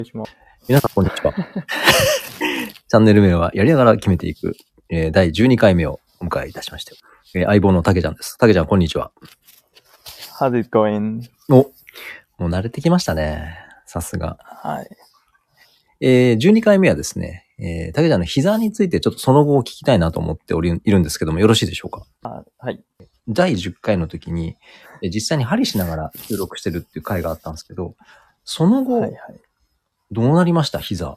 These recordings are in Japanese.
皆さん、こんにちは。チャンネル名はやりながら決めていく、第12回目をお迎えいたしまして、相棒のたけちゃんです。たけちゃん、こんにちは。 How's it going? もう慣れてきましたね。さすが。 はい。 12回目はですね、たけちゃんの膝についてちょっとその後を聞きたいなと思っているんですけども、よろしいでしょうか。 はい。 第10回の時に、実際に針しながら収録してるっていう回があったんですけど、その後、 はいはい。 どうなりました、膝。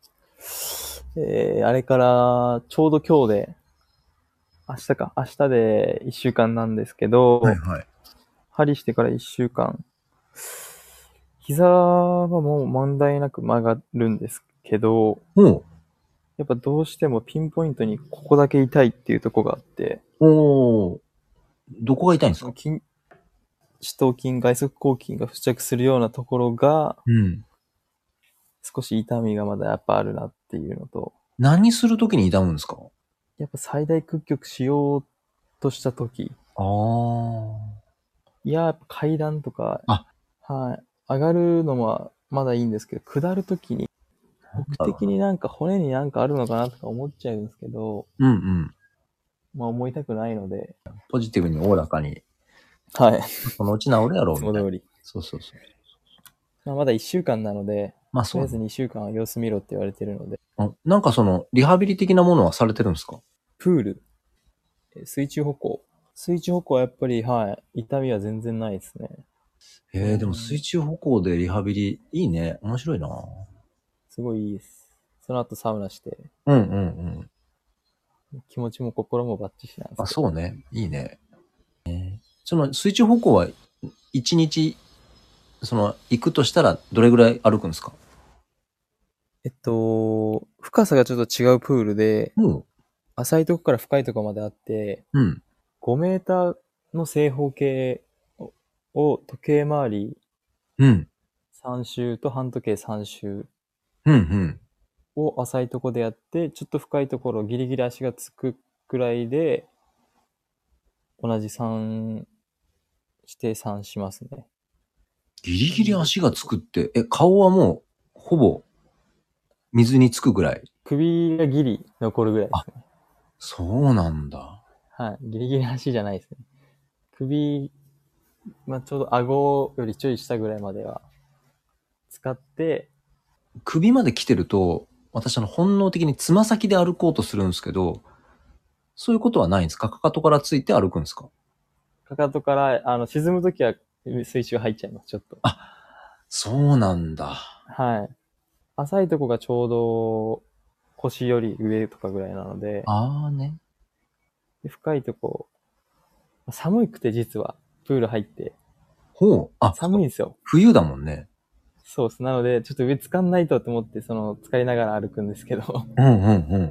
あれからちょうど今日で、明日で1週間なんですけど、 はい。 針してから1週間、膝はもう問題なく曲がるんですけど、 もやっぱどうしてもピンポイントにここだけ痛いっていうとこがあって、 う、どこが痛いんですか？ 四頭筋、外側広筋が付着するようなところが、 うん。 少し痛みがまだやっぱあるなっていうのと、 何するときに痛むんですか？ やっぱ最大屈曲しようとしたとき、 あやっぱ階段とか、 あ。 はい。上がるのはまだいいんですけど、下るときに、僕的になんか骨になんかあるのかなとか思っちゃうんですけど、 うんうん。 まあ思いたくないので、 ポジティブにおおらかに、 はい。 そのうち治るやろうみたいな。 いつも通り。 そうそうそう。 まあまだ1週間なので、 まあそうね。 とりあえず2週間は様子見ろって言われてるので、 なんかその、リハビリ的なものはされてるんですか？ プール、水中歩行。水中歩行はやっぱり、はい、痛みは全然ないですね。 でも水中歩行でリハビリ、いいね。面白いな。 すごいいいです。その後サウナして、 うんうんうん。 気持ちも心もバッチシなんですけど。 そうね。いいね。その水中歩行は、1日、行くとしたらどれぐらい歩くんですか？ 深さがちょっと違うプールで、 も浅いとこから深いとこまであって、 うん。 5メーターの正方形を時計回りうん。 3周と半時計3周うんうん。 を浅いとこでやって、ちょっと深いところギリギリ足がつくくらいで、同じ3して3しますね。 ギリギリ足がつくって、顔はもう、ほぼ、水につくぐらい。 首がギリ残るぐらいですね。 そうなんだ。 はい。ギリギリ足じゃないですね。首、ちょうど顎よりちょい下ぐらいまでは使って、 首まで来てると、私本能的につま先で歩こうとするんですけど、そういうことはないんですか？かかとからついて歩くんですか？ かかとから、沈むときは水中入っちゃいます、ちょっと。 そうなんだ。 はい。浅いとこがちょうど腰より上とかぐらいなので、 ね。 で深いとこ、寒くて実は、プール入って、 ほう。 寒いんですよ。 冬だもんね。 そうっす。なので、ちょっと上掴んないとと思って、使いながら歩くんですけど、 うんうんうん。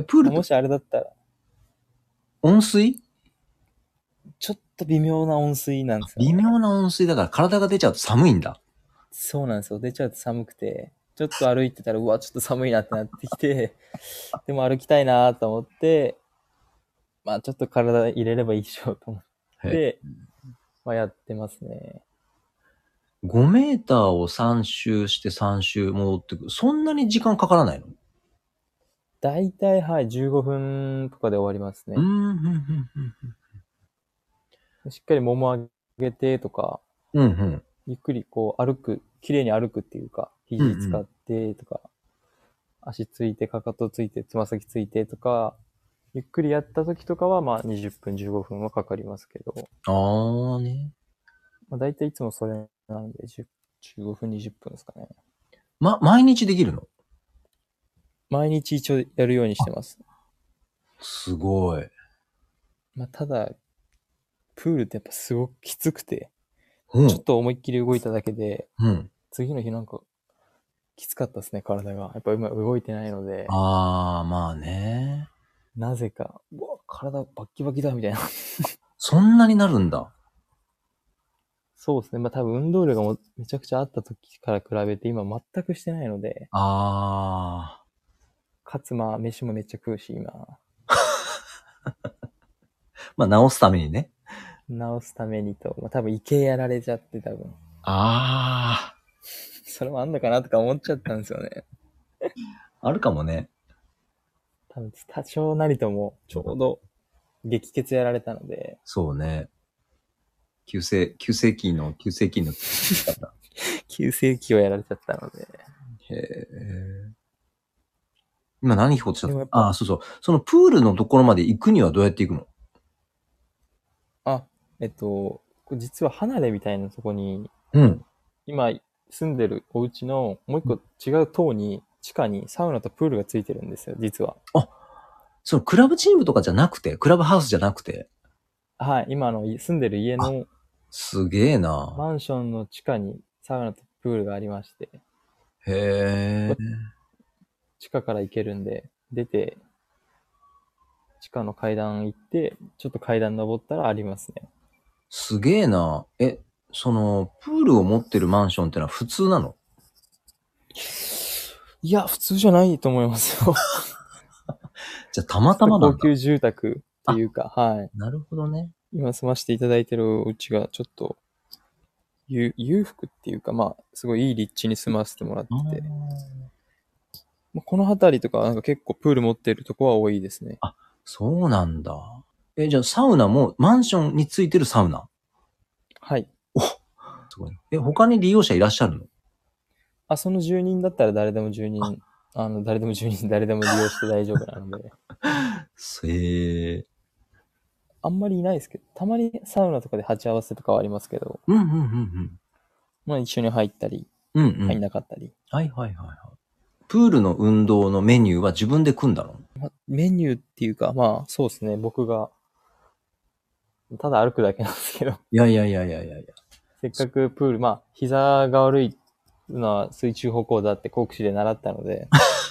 プールってもしあれだったら、 温水？ ちょっと微妙な温水なんですよね。 微妙な温水だから体が出ちゃうと寒いんだ。 そうなんですよ。出ちゃうと寒くて、ちょっと歩いてたら、うわ、ちょっと寒いなってなってきて、でも歩きたいなと思って、ちょっと体入れればいいでしょうと思っへて、やってますね。 5メーターを3周して3周戻ってくる。そんなに時間かからないの？ だいたい、はい、15分とかで終わりますね。しっかりもも上げてとか、 うんうん。 ゆっくりこう綺麗に歩くっていうか、 うんうん。 肘使ってとか、足ついて、かかとついて、つま先ついてとか、ゆっくりやった時とかは20分、15分はかかりますけど、 ね。 だいたいいつもそれなので、15分、20分ですかね。 毎日できるの？ 毎日一応やるようにしてます。 すごい。 ただ、プールってやっぱすごくきつくて、 うん。 ちょっと思いっきり動いただけで、 うん。 次の日なんかきつかったですね、体が。やっぱ今動いてないので、 まあね。 なぜか、うわ、体バッキバキだみたいな。 そんなになるんだ。 そうですね。多分運動量がめちゃくちゃあった時から比べて今全くしてないので、かつ飯もめっちゃ食うし、今。 治すためにね。 治すためにと、多分池やられちゃって多分。 ああ。 それもあんのかなとか思っちゃったんですよね。 あるかもね。 多分、多少なりとも、ちょうど、激血やられたので、 そうね。急性期の方。 急性期をやられちゃったので。 へえ。今何聞こうとしたでもやっぱ、 ああ、そうそう。そのプールのところまで行くにはどうやって行くの？ あ、これ実は離れみたいなとこに、 うん。 今住んでるお家のもう一個違う棟に、地下にサウナとプールがついてるんですよ、実は。 あ、そのクラブチームとかじゃなくて、クラブハウスじゃなくて。 はい、今の住んでる家あ、 のすげえな。 マンションの地下にサウナとプールがありまして、 へえ。 地下から行けるんで、出て、地下の階段行って、ちょっと階段登ったらありますね。 すげえな。その、プールを持ってるマンションってのは普通なの？ いや、普通じゃないと思いますよ。 じゃあたまたまなんだ。 高級住宅ってあ、 いうか、はい。 なるほどね。 今住ましていただいてるお家がちょっと裕福っていうか、まあ、すごいいい立地に住ませてもらっあてて、 ーまあ、この辺りとかなんか結構プール持ってるとこは多いですね。 あ、そうなんだ。じゃあサウナもマンションについてるサウナ？ はい。 お、すごい。他に利用者いらっしゃるの？ あ、その住人だったら誰でも住あ、 人、誰でも利用して大丈夫なので、 へえ。 あんまりいないですけど、たまにサウナとかで鉢合わせとかはありますけど、 うんうんうんまあ一緒に入ったり、 うん。うんう入んん。 なかったり。 はいはいはいはい。プールの運動のメニューは自分で組んだの？ メニューっていうか、まあそうですね、僕が、ただ歩くだけなんですけど、 いやいやいやいやいやいや。 せっかくプール、まあ膝が悪いのは水中歩行だって国試で習ったので、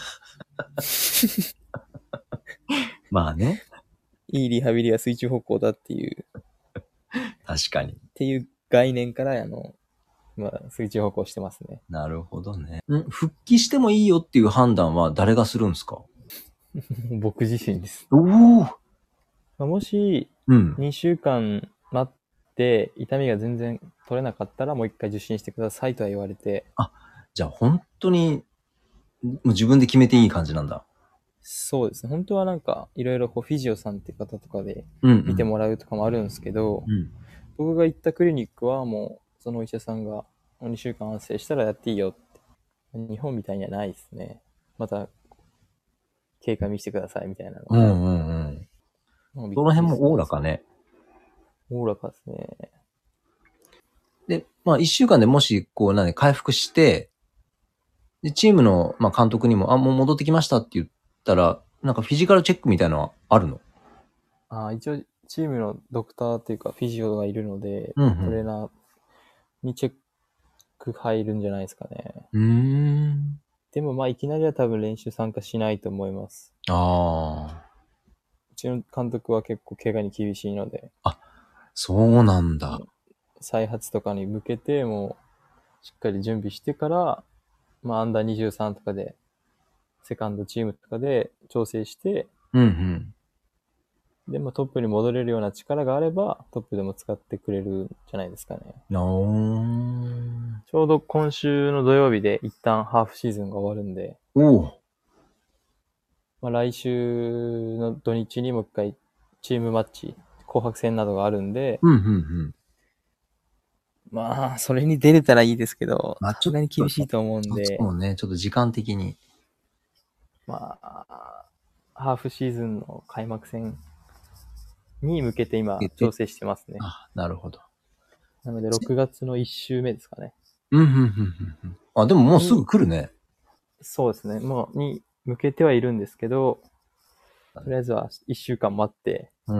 まあね。 いいリハビリは水中歩行だ確かに。 っていう概念から、まあ水中歩行してますね。 なるほどね。復帰してもいいよっていう判断は誰がするんですか？ 僕自身です。 おお。 まあもし、 うん。 2週間待って、痛みが全然取れなかったら、もう一回受診してくださいとは言われて、 あ、じゃあ本当に、もう自分で決めていい感じなんだ。 そうですね。本当はなんか、いろいろこうフィジオさんっていう方とかでうんうん。 見てもらうとかもあるんですけど、 うん。 僕が行ったクリニックはもう、そのお医者さんが、2週間安静したらやっていいよって。日本みたいにはないですね。また、経過見せてくださいみたいなのは。 うんうんうん。 もうびっその辺もおおくりですね。 らかね。 おおらかですね。 で、まあ一週間でもし、こう、回復して、で、チームの、まあ監督にも、もう戻ってきましたって言ったら、なんかフィジカルチェックみたいなのはあるの？ 一応、チームのドクターっていうか、フィジオがいるので、トレーうんナーにチェック入るんじゃないですかね。 うん。 でもまあ、いきなりは多分練習参加しないと思います。 あうちの監督は結構怪我に厳しいので、 あ。そうなんだ。 再発とかに向けてもうしっかり準備してから、まあアンダー23とかで、セカンドチームとかで調整して、 うんうん。 で、まあトップに戻れるような力があれば、トップでも使ってくれるんじゃないですかね。 おー。 ちょうど今週の土曜日で一旦ハーフシーズンが終わるんで、 おー。 まあ来週の土日にもう一回チームマッチ、紅白戦などがあるんで、 うんうんうん。 まあ、それに出れたらいいですけど、 まあちょっさすがに厳しいと、 と思うんで、 そうね、ちょっと時間的に。 まあ、ハーフシーズンの開幕戦に向けて今調整してますね。 なるほど。 なので6月の1週目ですかね。 うんうんうんうんうん。でももうすぐに、 来るね。 そうですね。もう、に向けてはいるんですけど、とりあえずは1週間待って、 うんうん。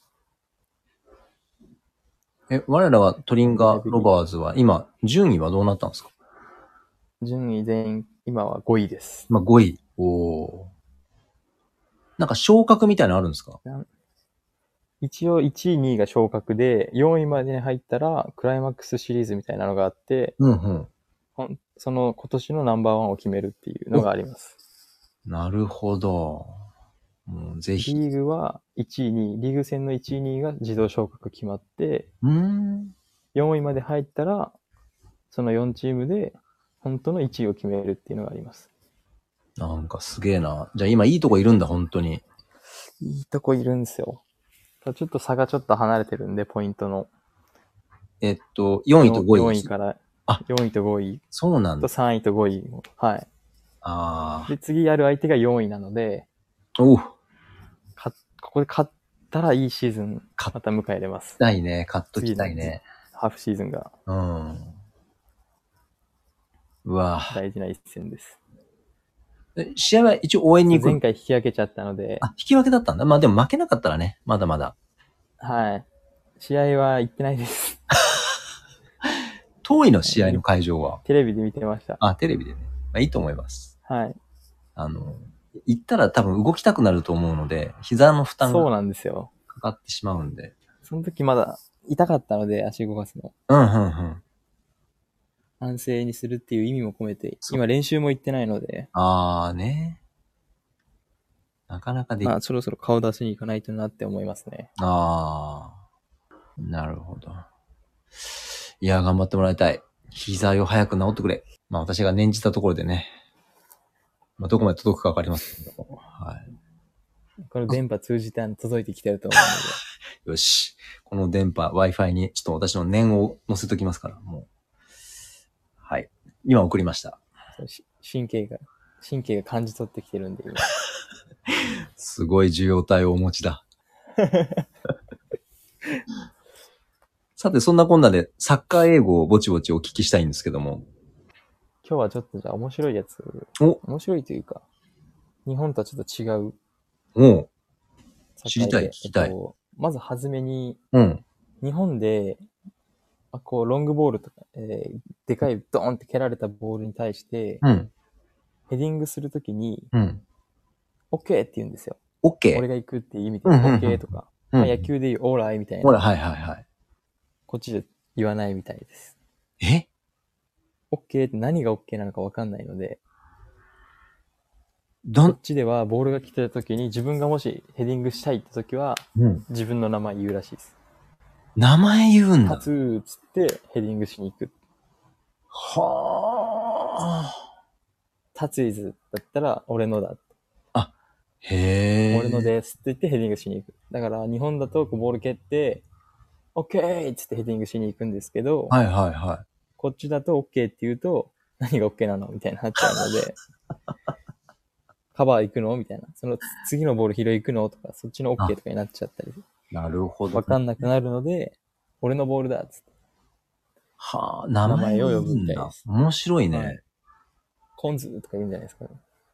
我らがトリンガーロバーズは今、順位はどうなったんですか？ 順位全員、今は5位です。 まあ5位。おー。なんか昇格みたいなのあるんですか？ 一応1位、2位が昇格で、4位までに入ったら、クライマックスシリーズみたいなのがあって、 うんうん。 その今年のナンバーワンを決めるっていうのがあります。 なるほど。もうぜひ。 リーグは1位、2位、リーグ戦の1位、2位が自動昇格決まって、 うーん。 4位まで入ったら、 その4チームで本当の1位を決めるっていうのがあります。 なんかすげえな。じゃあ今いいとこいるんだ、本当に。 いいとこいるんですよ。ちょっと差がちょっと離れてるんで、ポイントの。 4位と5位。 4位から、4位と5位とそうなんだ。 3位と5位。はい。 あで、次やる相手が4位なので、 あ。おう。 ここで勝ったらいいシーズン、また迎えれます。 たいね。買っときたいね。 ハーフシーズンが。 うん。うわ大事な一戦です。 試合は一応応援に行く。 前回引き分けちゃったので。 引き分けだったんだ。まあでも負けなかったらね、まだまだ。 はい。試合は行ってないです。 遠いの試合の会場は。 テレビで見てました。 テレビでね。まあいいと思います。 はい。 行ったら多分動きたくなると思うので、膝の負担そうがなんですよ。 かかってしまうんで。 その時まだ痛かったので、足動かすの。 うん。 安静にするっていう意味も込めて、今練習も行ってないので。 ね。なかなかできない。 そろそろ顔出しに行かないとなって思いますね。 なるほど。いや、頑張ってもらいたい。膝を早く治ってくれ。まあ私が念じたところでね。まあどこまで届くかわかりますけど。はい。 この電波通じて届いてきてると思うので。よし。この電波、Wi-Fi にちょっと私の念を載せときますから、もう。はい。今送りました。 神経が感じ取ってきてるんで、今。 すごい受容体をお持ちだ。さて、そんなこんなでサッカー英語をぼちぼちお聞きしたいんですけども。 今日はちょっとじゃあ面白いやつ。面白いというか、日本とはちょっと違う。 知りたい、聞きたい。 まずはじめに、 うん。 日本で、ロングボールとか、でかいドーンって蹴られたボールに対して、 うん。 ヘディングするときに、 うん。 OK って言うんですよ。 OK。 俺が行くっていう意味で、OK とか、野球で言うオーライみたいな。 はい。 こっちで言わないみたいです。OK って何が OK なのかわかんないので、こっちではボールが来てた時に自分がもしヘディングしたいって時は、自分の名前言うらしいです。 名前言うんだ。 立つーっつってヘディングしに行く。 はぁ。立つイズだったら俺のだ。 へー。 俺のですって言ってヘディングしに行く。だから日本だとボール蹴って、OK っつってヘディングしに行くんですけど、こっちだと OK って言うと、何が OK なのみたいになっちゃうので、カバー行くのみたいな。その次のボール拾い行くのとか、そっちの OK とかになっちゃったり。 なるほど。 わかんなくなるので、俺のボールだっつって。 名前を呼ぶんだ。面白いね。 コンズとか言うんじゃないですかね。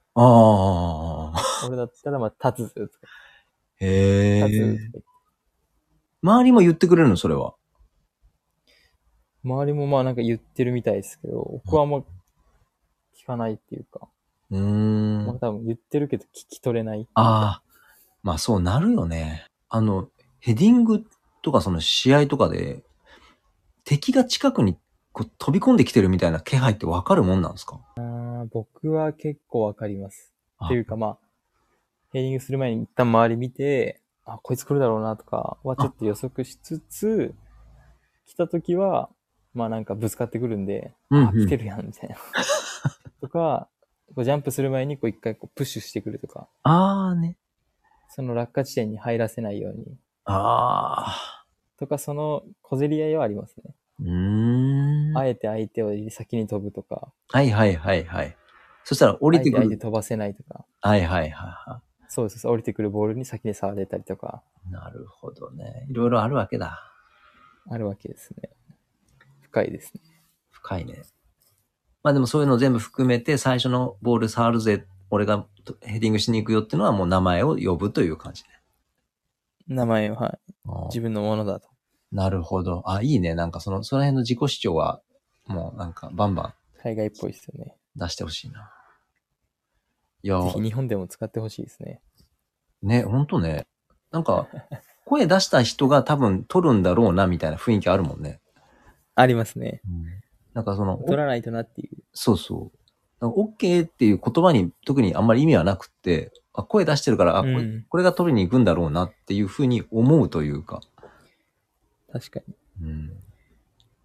俺だったら、立つとか。 へー。立つ周りも言ってくれるの、それは。 周りもなんか言ってるみたいですけど、僕はあんま聞かないっていうか。多分言ってるけど聞き取れない。 まあそうなるよね。ヘディングとかその試合とかで、敵が近くにこう飛び込んできてるみたいな気配ってわかるもんなんですか？ 僕は結構わかります。っていうかヘディングする前に一旦周り見て、こいつ来るだろうなとかはちょっと予測しつつ、来た時は、なんかぶつかってくるんで、来てるやん、みたいな。とか、ジャンプする前に一回プッシュしてくるとか。 ね。 その落下地点に入らせないように。とか、その小競り合いはありますね。あえて相手を先に飛ぶとか。 そしたら降りてくる。 相手飛ばせないとか。そうです。降りてくるボールに先に触れたりとか。 なるほどね。いろいろあるわけだ。 あるわけですね。深いですね。 深いね。でもそういうの全部含めて最初のボール触るぜ、俺がヘディングしに行くよっていうのはもう名前を呼ぶという感じね。 名前を、自分のものだと。 なるほど。いいね。なんかその辺の自己主張はもうなんかバンバン。 海外っぽいですよね。 出してほしいな。 ぜひ日本でも使ってほしいですね。 ね、ほんとね。なんか、声出した人が多分取るんだろうなみたいな雰囲気あるもんね。 ありますね。 なんか取らないとなっていう。 そうそう。OK っていう言葉に特にあんまり意味はなくって、声出してるから、これが取りに行くんだろうなっていうふうに思うというか。 確かに。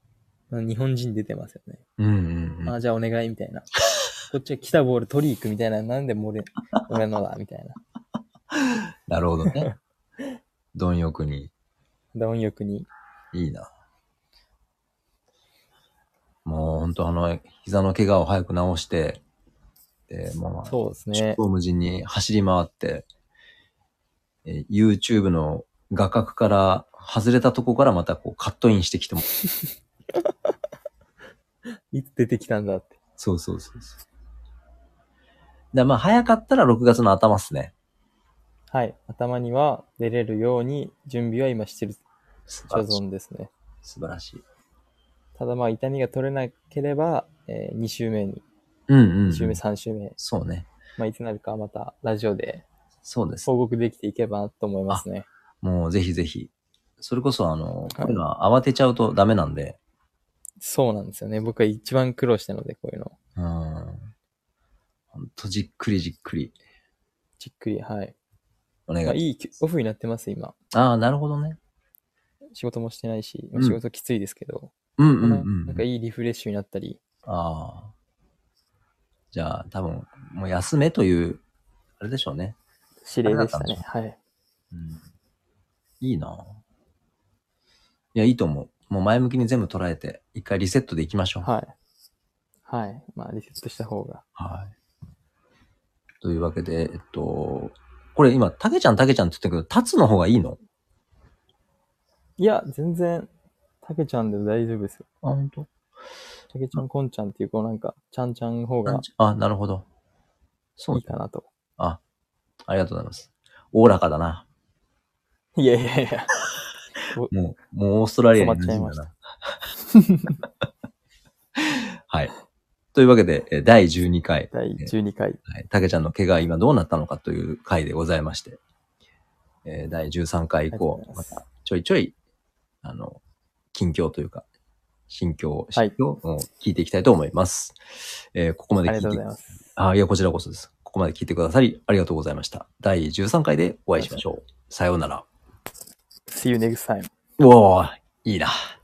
日本人出てますよね。 うんうんうん。 あ、じゃあお願いみたいな。こっちは来たボール取り行くみたいな。なんで俺のだみたいな。 なるほどね。貪欲に。 貪欲に。 いいな。もう本当膝の怪我を早く治して、で、もう、 そうですね。 縦横無尽に走り回って、YouTube の画角から外れたとこからまたこうカットインしてきても。 いつ出てきたんだって。 そうそうそうそう。まあ早かったら6月の頭っすね。 はい。頭には出れるように準備は今してる所存ですね。 素晴らしい。 ただまあ痛みが取れなければ、2週目に、2週目、3週目。 そうね。 まあいつなるかまたラジオでそうです。 報告できていけばなと思いますね。 もうぜひぜひ。それこそこういうのは慌てちゃうとダメなんで。 そうなんですよね。僕は一番苦労したので、こういうの。 ほんとじっくりじっくり。 じっくり、はい。 お願い。 まあいいオフになってます、今。 ああ、なるほどね。 仕事もしてないし、まあ、仕事きついですけど。なんかいいリフレッシュになったり。 ああ。じゃあ、多分、もう休めという、あれでしょうね。 指令でしたね。はい。 いいな。いや、いいと思う。もう前向きに全部捉えて、一回リセットでいきましょう。 はい。はい。まあ、リセットした方が。 はい。というわけで、これ今、たけちゃんって言ったけど、立つの方がいいの？ いや、全然、たけちゃんで大丈夫ですよ。 あ、ほんと？ たけちゃん、こんちゃんっていう、こうなんか、ちゃんちゃんの方があ、なるほど。そういいかなと。 ありがとうございます。おおらかだな。 いやいやいや。 もうオーストラリアに染まっちゃいました。 はい。というわけで、第12回。 第12回。 はい。たけちゃんの怪我は今どうなったのかという回でございまして、第13回以降、またちょいちょい、近況というか、心境を聞いていきたいと思います。ここまで聞いて。ありがとうございます。いや、こちらこそです。ここまで聞いてくださり、ありがとうございました。第13回でお会いしましょう。さようなら。 See you next time. おー、いいな。